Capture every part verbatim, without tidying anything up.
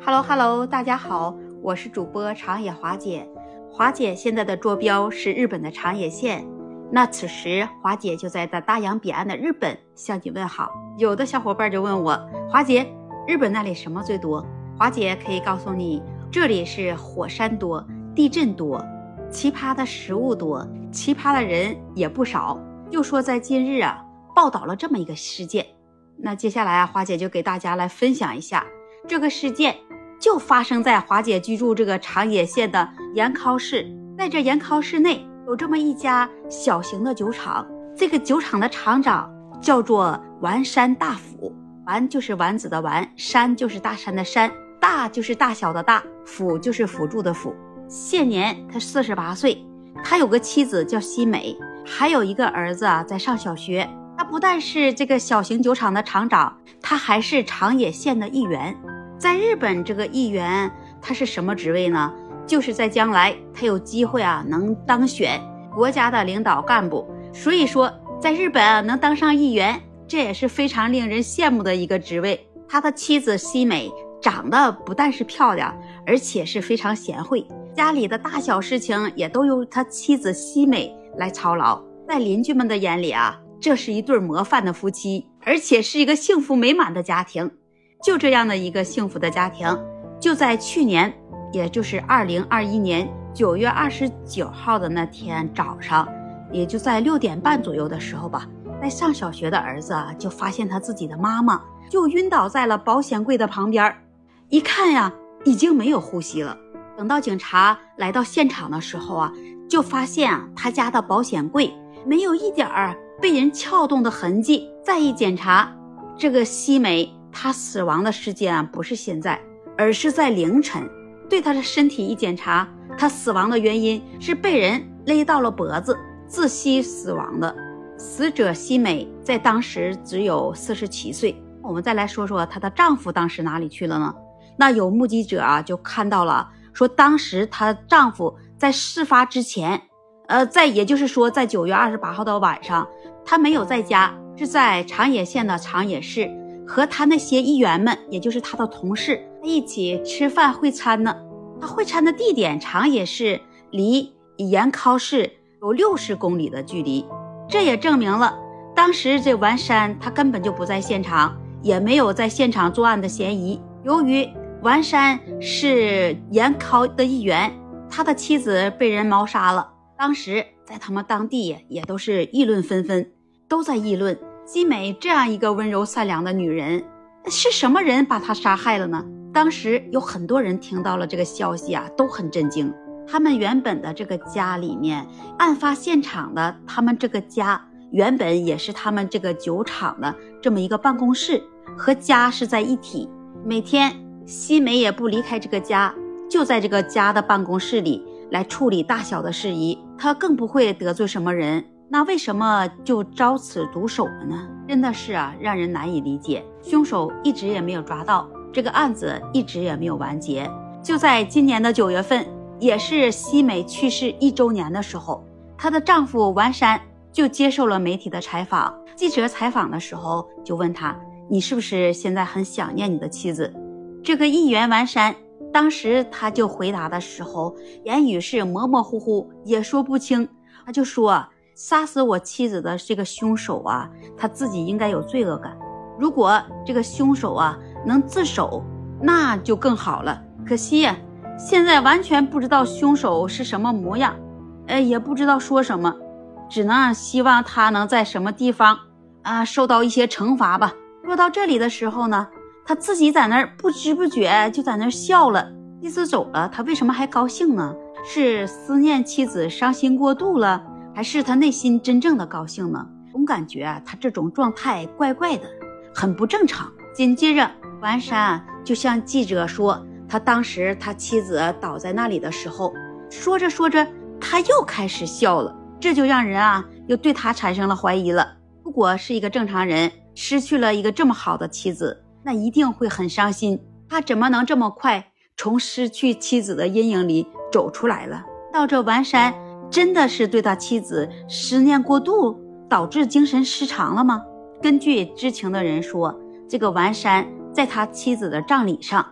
Hello Hello， 大家好，我是主播长野华姐。华姐现在的坐标是日本的长野县，那此时华姐就在大洋彼岸的日本向你问好。有的小伙伴就问我，华姐，日本那里什么最多？华姐可以告诉你，这里是火山多，地震多，奇葩的食物多，奇葩的人也不少。就说在近日啊，报道了这么一个事件。那接下来啊，华姐就给大家来分享一下这个事件。就发生在华姐居住这个长野县的岩尻市，在这岩尻市内有这么一家小型的酒厂，这个酒厂的厂长叫做丸山大辅，丸就是丸子的丸，山就是大山的山，大就是大小的大，辅就是辅助的辅。现年他四十八岁，他有个妻子叫西美，还有一个儿子啊在上小学。他不但是这个小型酒厂的厂长，他还是长野县的议员。在日本这个议员他是什么职位呢？就是在将来他有机会啊能当选国家的领导干部，所以说在日本啊能当上议员，这也是非常令人羡慕的一个职位。他的妻子西美长得不但是漂亮，而且是非常贤惠，家里的大小事情也都由他妻子西美来操劳。在邻居们的眼里啊，这是一对模范的夫妻，而且是一个幸福美满的家庭。就这样的一个幸福的家庭，就在去年，也就是二零二一年九月二十九号的那天早上，也就在六点半左右的时候吧，在上小学的儿子啊，就发现他自己的妈妈就晕倒在了保险柜的旁边，一看呀，已经没有呼吸了。等到警察来到现场的时候啊，就发现啊，他家的保险柜没有一点儿被人撬动的痕迹。再一检查，这个西美他死亡的时间啊，不是现在，而是在凌晨。对他的身体一检查，他死亡的原因是被人勒到了脖子，窒息死亡的。死者西美在当时只有四十七岁。我们再来说说她的丈夫当时哪里去了呢？那有目击者啊就看到了，说当时她丈夫在事发之前，呃，在也就是说在九月二十八号的晚上，他没有在家，是在长野县的长野市和他那些议员们，也就是他的同事一起吃饭会餐呢。他会餐的地点长野市离岩尻市有六十公里的距离，这也证明了当时这丸山他根本就不在现场，也没有在现场作案的嫌疑。由于丸山是岩尻的议员，他的妻子被人谋杀了，当时在他们当地也都是议论纷纷，都在议论西美这样一个温柔善良的女人，是什么人把她杀害了呢？当时有很多人听到了这个消息啊，都很震惊。他们原本的这个家里面，案发现场的他们这个家原本也是他们这个酒厂的这么一个办公室，和家是在一体。每天西美也不离开这个家，就在这个家的办公室里来处理大小的事宜，她更不会得罪什么人。那为什么就遭此毒手了呢？真的是啊，让人难以理解。凶手一直也没有抓到，这个案子一直也没有完结。就在今年的九月份，也是西美去世一周年的时候，她的丈夫丸山就接受了媒体的采访。记者采访的时候就问他，你是不是现在很想念你的妻子？这个议员丸山当时他就回答的时候，言语是模模糊糊，也说不清。他就说，杀死我妻子的这个凶手啊，他自己应该有罪恶感。如果这个凶手啊能自首，那就更好了。可惜呀、啊，现在完全不知道凶手是什么模样，呃，也不知道说什么，只能希望他能在什么地方啊受到一些惩罚吧。说到这里的时候呢，他自己在那儿不知不觉就在那儿笑了。妻子走了，他为什么还高兴呢？是思念妻子伤心过度了，还是他内心真正的高兴呢？总感觉啊，他这种状态怪怪的，很不正常。紧接着丸山就向记者说，他当时他妻子倒在那里的时候，说着说着他又开始笑了，这就让人啊又对他产生了怀疑了。如果是一个正常人失去了一个这么好的妻子，那一定会很伤心，他怎么能这么快从失去妻子的阴影里走出来了？到这丸山真的是对他妻子思念过度导致精神失常了吗？根据知情的人说，这个丸山在他妻子的葬礼上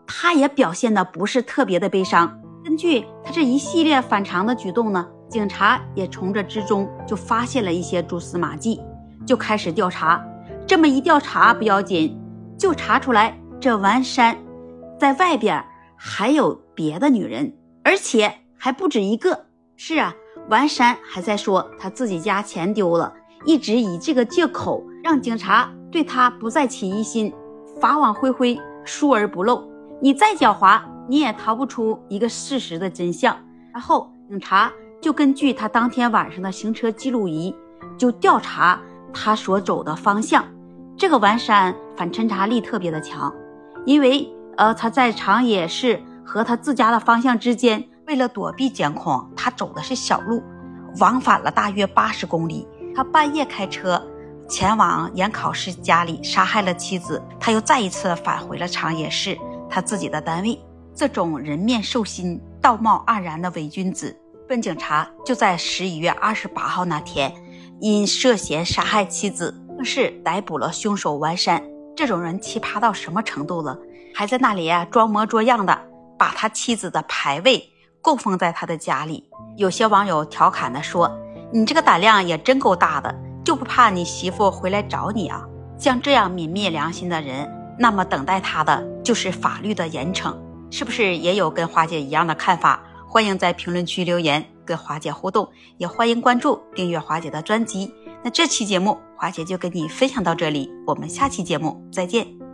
他也表现的不是特别的悲伤。根据他这一系列反常的举动呢，警察也从这之中就发现了一些蛛丝马迹，就开始调查。这么一调查不要紧，就查出来这王珊在外边还有别的女人，而且还不止一个。是啊，王珊还在说他自己家钱丢了，一直以这个借口让警察对他不再起疑心，法网恢恢，疏而不漏。你再狡猾，你也逃不出一个事实的真相。然后警察就根据他当天晚上的行车记录仪，就调查他所走的方向。这个王珊反侦查力特别的强，因为呃他在长野市和他自家的方向之间，为了躲避监控，他走的是小路，往返了大约八十公里。他半夜开车前往岩考市家里，杀害了妻子，他又再一次返回了长野市他自己的单位。这种人面兽心、道貌岸然的伪君子，本警察就在十一月二十八号那天，因涉嫌杀害妻子，正式逮捕了凶手王珊。这种人奇葩到什么程度了？还在那里啊装模作样的把他妻子的牌位供奉在他的家里。有些网友调侃的说，你这个胆量也真够大的，就不怕你媳妇回来找你啊？像这样泯灭良心的人，那么等待他的就是法律的严惩。是不是也有跟华姐一样的看法？欢迎在评论区留言跟华姐互动，也欢迎关注订阅华姐的专辑。那这期节目华姐就跟你分享到这里，我们下期节目再见。